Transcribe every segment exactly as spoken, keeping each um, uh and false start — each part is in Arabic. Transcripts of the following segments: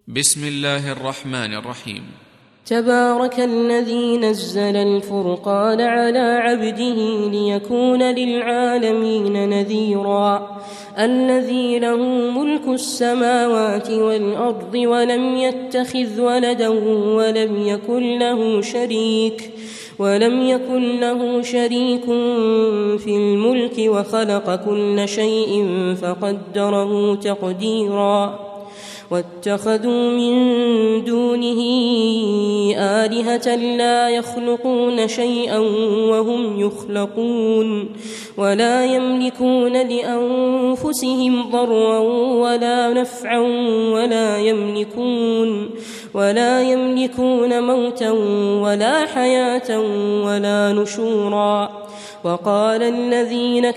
بسم الله الرحمن الرحيم. تبارك الذي نزل الفرقان على عبده ليكون للعالمين نذيرا الذي له ملك السماوات والأرض ولم يتخذ ولدا ولم يكن له شريك ولم يكن له شريك في الملك وخلق كل شيء فقدره تقديرا واتخذوا من دونه آلهة لا يخلقون شيئا وهم يخلقون ولا يملكون لأنفسهم ضرا ولا نفعا ولا يملكون ولا يملكون موتا ولا حياة ولا نشورا. وقال الذين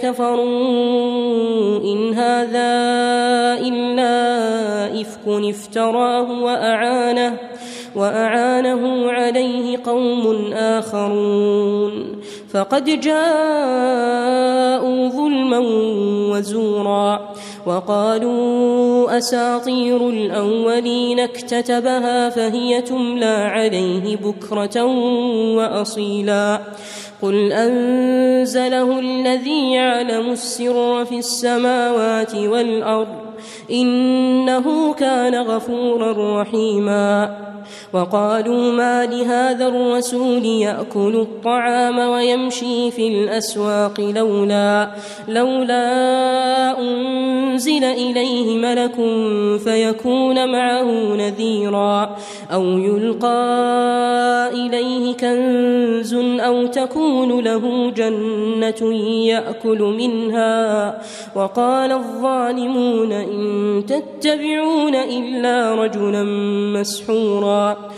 كفروا إن هذا إلا إفك افتراه وأعانه, وأعانه عليه قوم آخرون فقد جاءوا ظلما وزورا. وقالوا أساطير الأولين اكتتبها فهي تملى عليه بكرة وأصيلا. قل أنزله الذي يعلم السر في السماوات والأرض إنه كان غفورا رحيما. وقالوا ما لهذا الرسول يأكل الطعام ويمشي في الأسواق لولا, لولا أنزل إليه ملك فيكون معه نذيرا أو يلقى إليه كنز أو تكون له جنة يأكل منها. وقال الظالمون إن تتبعون إلا رجلا مسحورا.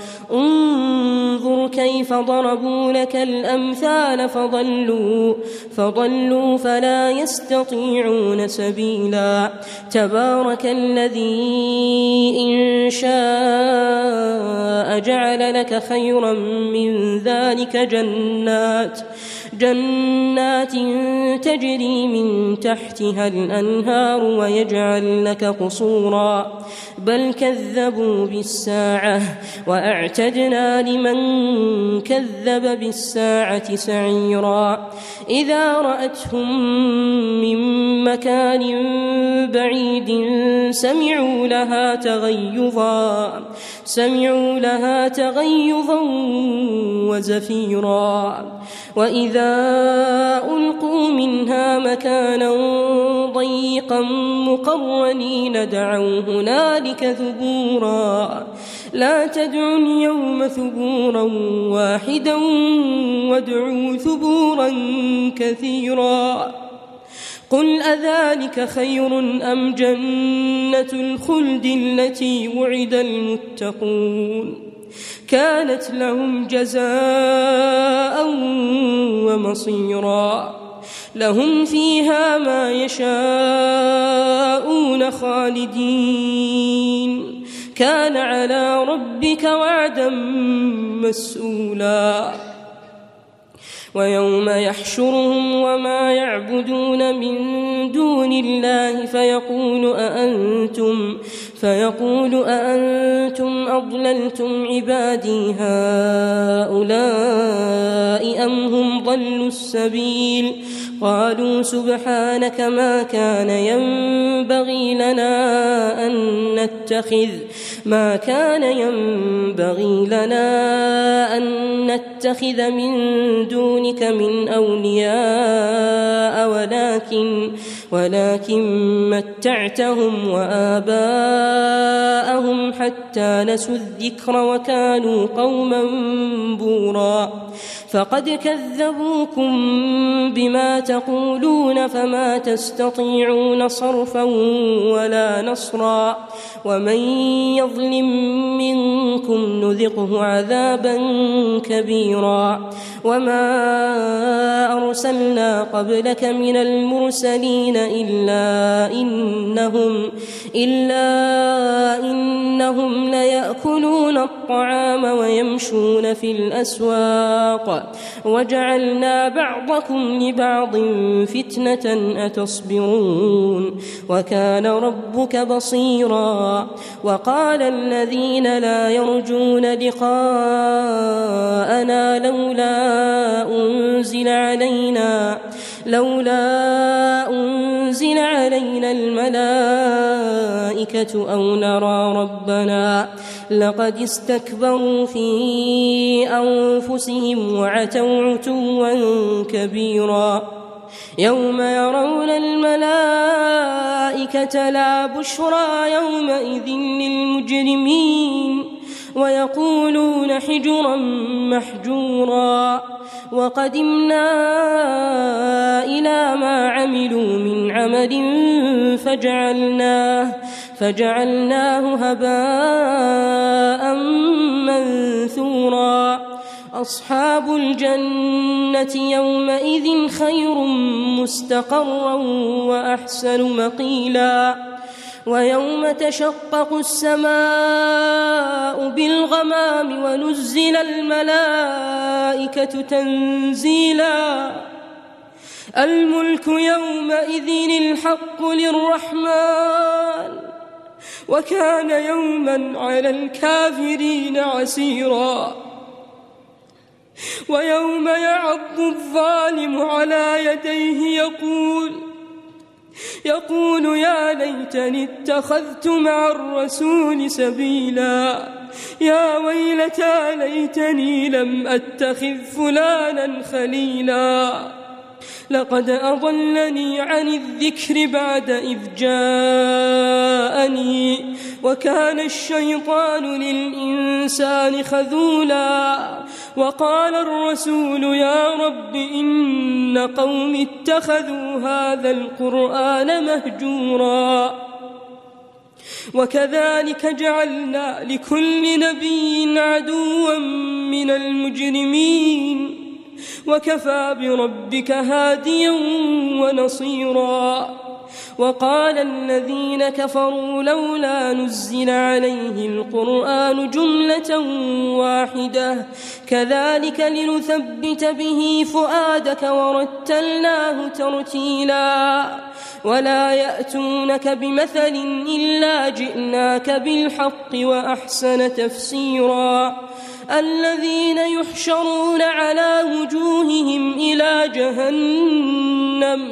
انظر كيف ضربوا لك الأمثال فضلوا, فضلوا فلا يستطيعون سبيلا. تبارك الذي إن شاء جعل لك خيرا من ذلك جنات جنات تجري من تحتها الأنهار ويجعل لك قصورا بل كذبوا بالساعة وأعتدنا لمن كذب بالساعة سعيرا. إذا رأتهم من مكان بعيد سمعوا لها تغيظا سمعوا لها تغيظا وزفيرا. وإذا ألقوا منها مكانا ضيقا مقرنين دعوا هنالك ثبورا. لا تدعوا اليوم ثبورا واحدا وادعوا ثبورا كثيرا. قل أذلك خير أم جنة الخلد التي وعد المتقون كانت لهم جزاء ومصيرا. لهم فيها ما يشاءون خالدين كان على ربك وعدا مسؤولا. ويوم يحشرهم وما يعبدون من دون الله فيقول أأنتم, فيقول أأنتم أضللتم عبادي هؤلاء أم هم ضلوا السبيل. قالوا سبحانك ما كان ينبغي لنا أن نتخذ ما كان ينبغي لنا أن نتخذ من دونك من أولياء ولكن ولكن متعتهم وآباءهم حتى نسوا الذكر وكانوا قوما بورا. فقد كذبوكم بما تقولون فما تستطيعون صرفا ولا نصرا. ومن يظلم منكم نذقه عذابا كبيرا. وما أرسلنا قبلك من المرسلين إلا إنهم, إلا إنهم ليأكلون الطعام ويمشون في الأسواق وجعلنا بعضكم لبعض فتنة أتصبرون وكان ربك بصيرا. وقال الذين لا يرجون لقاءنا لولا أنزل علينا لولا أنزل علينا الملائكة أو نرى ربنا لقد استكبروا في أنفسهم وعتوا عتوا كبيرا. يوم يرون الملائكة لا بشرى يومئذ للمجرمين ويقولون حجرا محجورا. وقدمنا إلى ما عملوا من عمل فجعلناه فجعلناه هباء منثورا. أصحاب الجنة يومئذ خير مستقرا وأحسن مقيلا. ويوم تشقق السماء بالغمام ونزل الملائكة تنزيلا. الملك يومئذ الحق للرحمن وكان يوما على الكافرين عسيرا. ويوم يعض الظالم على يديه يقول يقول يا ليتني اتخذت مع الرسول سبيلا يا ويلتى ليتني لم أتخذ فلانا خليلا لقد أضلني عن الذكر بعد إذ جاءني وكان الشيطان للإنسان خذولا. وقال الرسول يا رب إن قوم اتخذوا هذا القرآن مهجورا. وكذلك جعلنا لكل نبي عدوا من المجرمين وكفى بربك هاديا ونصيرا. وقال الذين كفروا لولا نزل عليه القرآن جملة واحدة كذلك لنثبت به فؤادك ورتلناه ترتيلا. ولا يأتونك بمثل إلا جئناك بالحق وأحسن تفسيرا. الذين يحشرون على وجوههم إلى جهنم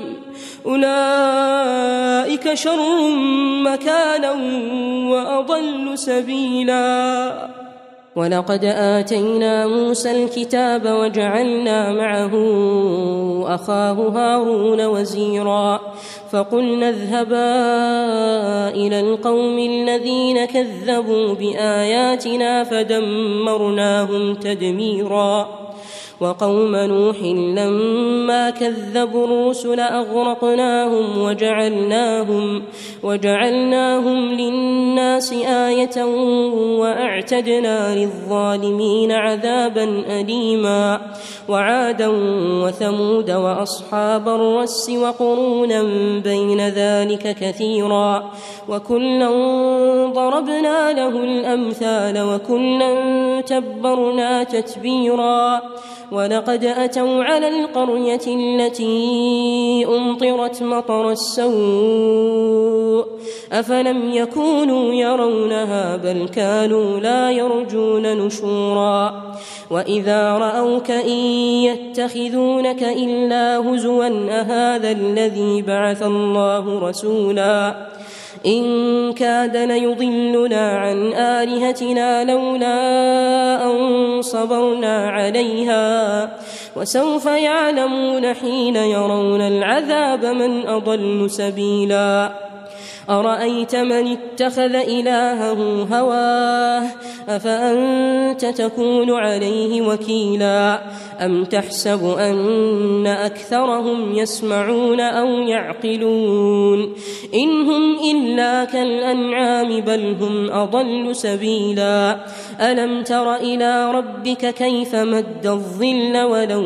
أولئك شر مكانا وأضل سبيلا. ولقد آتينا موسى الكتاب وجعلنا معه أخاه هارون وزيرا. فقلنا اذهبا إلى القوم الذين كذبوا بآياتنا فدمرناهم تدميرا. وقوم نوح لما كذبوا الرسل أغرقناهم وجعلناهم, وجعلناهم للناس آية وأعتدنا للظالمين عذابا أليما. وعادا وثمود وأصحاب الرس وقرونا بين ذلك كثيرا. وكلا ضربنا له الأمثال وكلا تبرنا تتبيرا. ولقد أتوا على القرية التي أمطرت مطر السوء أفلم يكونوا يرونها بل كانوا لا يرجون نشورا. وإذا رأوك إن يتخذونك إلا هزوا أهذا الذي بعث الله رسولا إن كاد ليضلنا عن آلهتنا لولا أن صبرنا عليها وسوف يعلمون حين يرون العذاب من أضل سبيلا. أرأيت من اتخذ إلهه هواه أفأنت تكون عليه وكيلا أم تحسب أن أكثرهم يسمعون أو يعقلون إن هم إلا كالأنعام بل هم أضل سبيلا. ألم تر إلى ربك كيف مد الظل ولو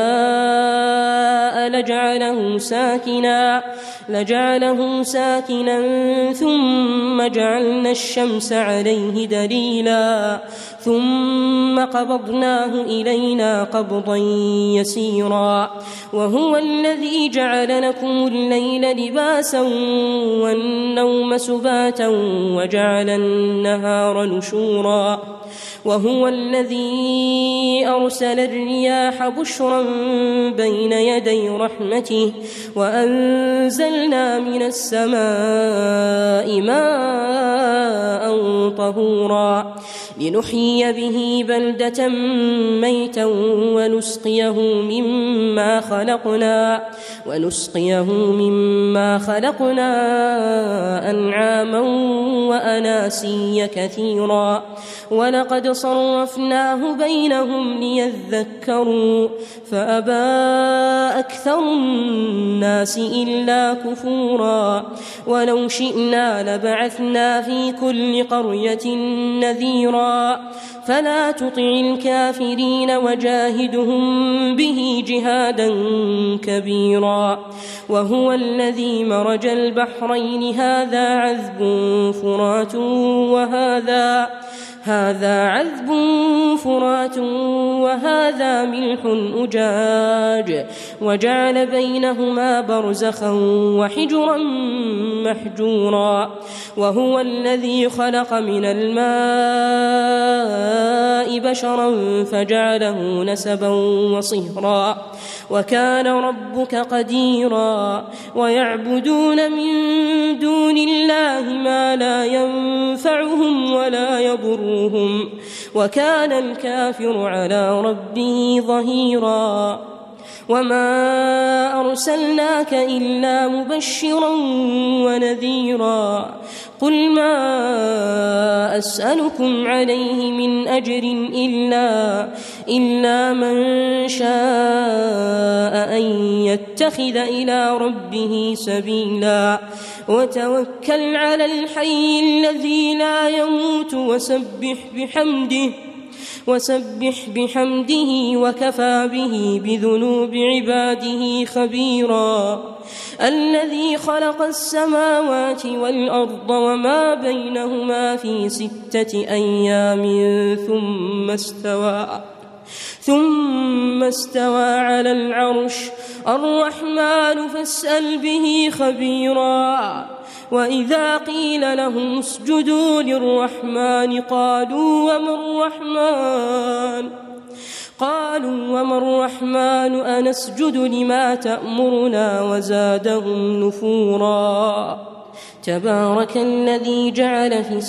شاء لجعله ساكنا لجعله ساكنا ثم جعلنا الشمس عليه دليلا ثم قبضناه إلينا قبضا يسيرا وهو الذي جعل لكم الليل لباسا والنوم سباتا وجعل النهار نشورا وهو الذي أرسل الرياح بشرا بين يدي رحمته وأنزلنا من السماء ماء طهورا لنحيي به بلدة ميتا ونسقيه مما خلقنا ونسقيه مما خلقنا أنعاما وأناسيا كثيرا ولقد صرفناه بينهم ليذكروا فأبى أكثر الناس إلا كفورا ولو شئنا لبعثنا في كل قرية نذيرا فلا تطع الكافرين وجاهدهم به جهادا كبيرا وهو الذي مرج البحرين هذا عذب فرات وهذا هذا عذب فرات وهذا ملح أجاج وجعل بينهما برزخا وحجرا محجورا وهو الذي خلق من الماء بشرا فجعله نسبا وصهرا وكان ربك قديرا ويعبدون من دون الله ما لا ينفعهم ولا يضرهم وكان الكافر على ربه ظهيرا وما أرسلناك إلا مبشرا ونذيرا قل ما أسألكم عليه من أجر إلا, إلا من شاء أن يتخذ إلى ربه سبيلا وتوكل على الحي الذي لا يموت وسبح بحمده وسبح بحمده وكفى به بذنوب عباده خبيرا الذي خلق السماوات والأرض وما بينهما في ستة أيام ثم استوى ثم استوى على العرش الرحمن فاسأل به خبيرا وإذا قيل لهم اسجدوا للرحمن قالوا وما الرحمن قالوا وما الرحمن أنسجد لما تأمرنا وزادهم نفورا تبارك الذي جعل في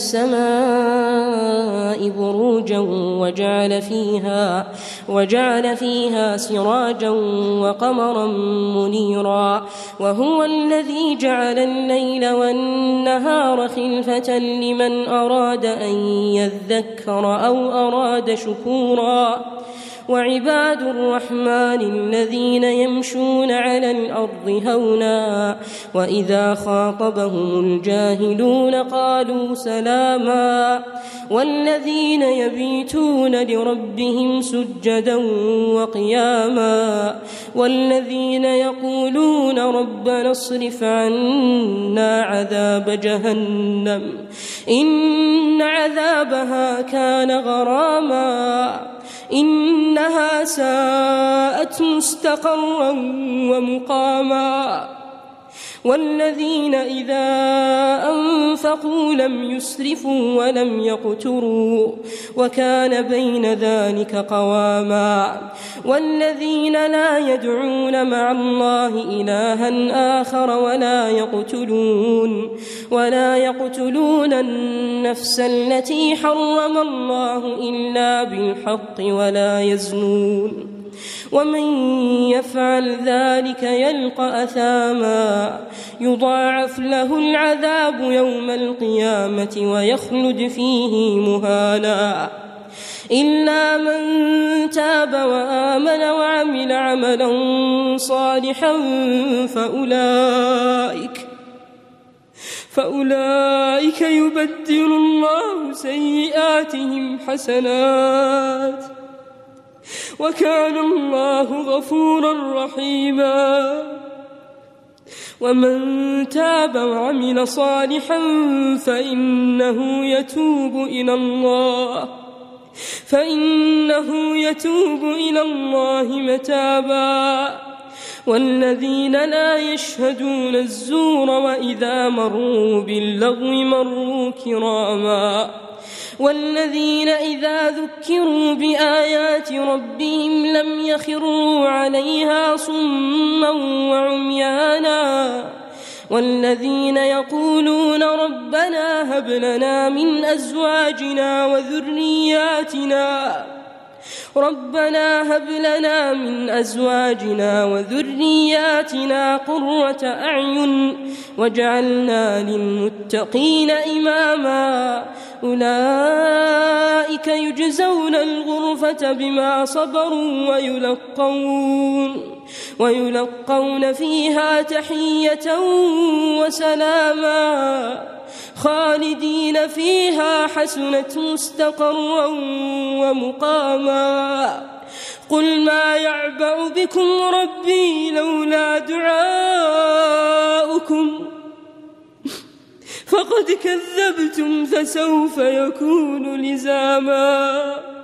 السماء بروجا وجعل فيها وجعل فيها سراجا وقمرا منيرا وهو الذي جعل الليل والنهار خلفة لمن أراد أن يذكر أو أراد شكورا وعباد الرحمن الذين يمشون على الأرض هونا وإذا خاطبهم الجاهلون قالوا سلاما والذين يبيتون لربهم سجدا وقياما والذين يقولون ربنا اصرف عنا عذاب جهنم إن عذابها كان غراما إنها ساءت مستقرا ومقاما والذين إذا أنفقوا لم يسرفوا ولم يقتروا وكان بين ذلك قواما والذين لا يدعون مع الله إلها آخر ولا يقتلون ولا يقتلون النفس التي حرم الله إلا بالحق ولا يزنون ومن يفعل ذلك يلقى أثاما يضاعف له العذاب يوم القيامة ويخلد فيه مهانا إلا من تاب وآمن وعمل عملا صالحا فأولئك فأولئك يبدل الله سيئاتهم حسنات وكان الله غفورا رحيما ومن تاب وعمل صالحا فإنه يتوب إلى الله فإنه يتوب إلى الله متابا والذين لا يشهدون الزور وإذا مروا باللغو مروا كراما والذين إذا ذكروا بآيات ربهم لم يخروا عليها صما وعميانا والذين يقولون ربنا هب لنا من أزواجنا وذرياتنا ربنا هب لنا من أزواجنا وذرياتنا قرة أعين واجعلنا للمتقين إماما أولئك يجزون الغرفة بما صبروا ويلقون ويلقون فيها تحية وسلاما خالدين فيها حسنت مستقرا ومقاما قل ما يعبأ بكم ربي لولا دعاؤكم فقد كذبتم فسوف يكون لزاما.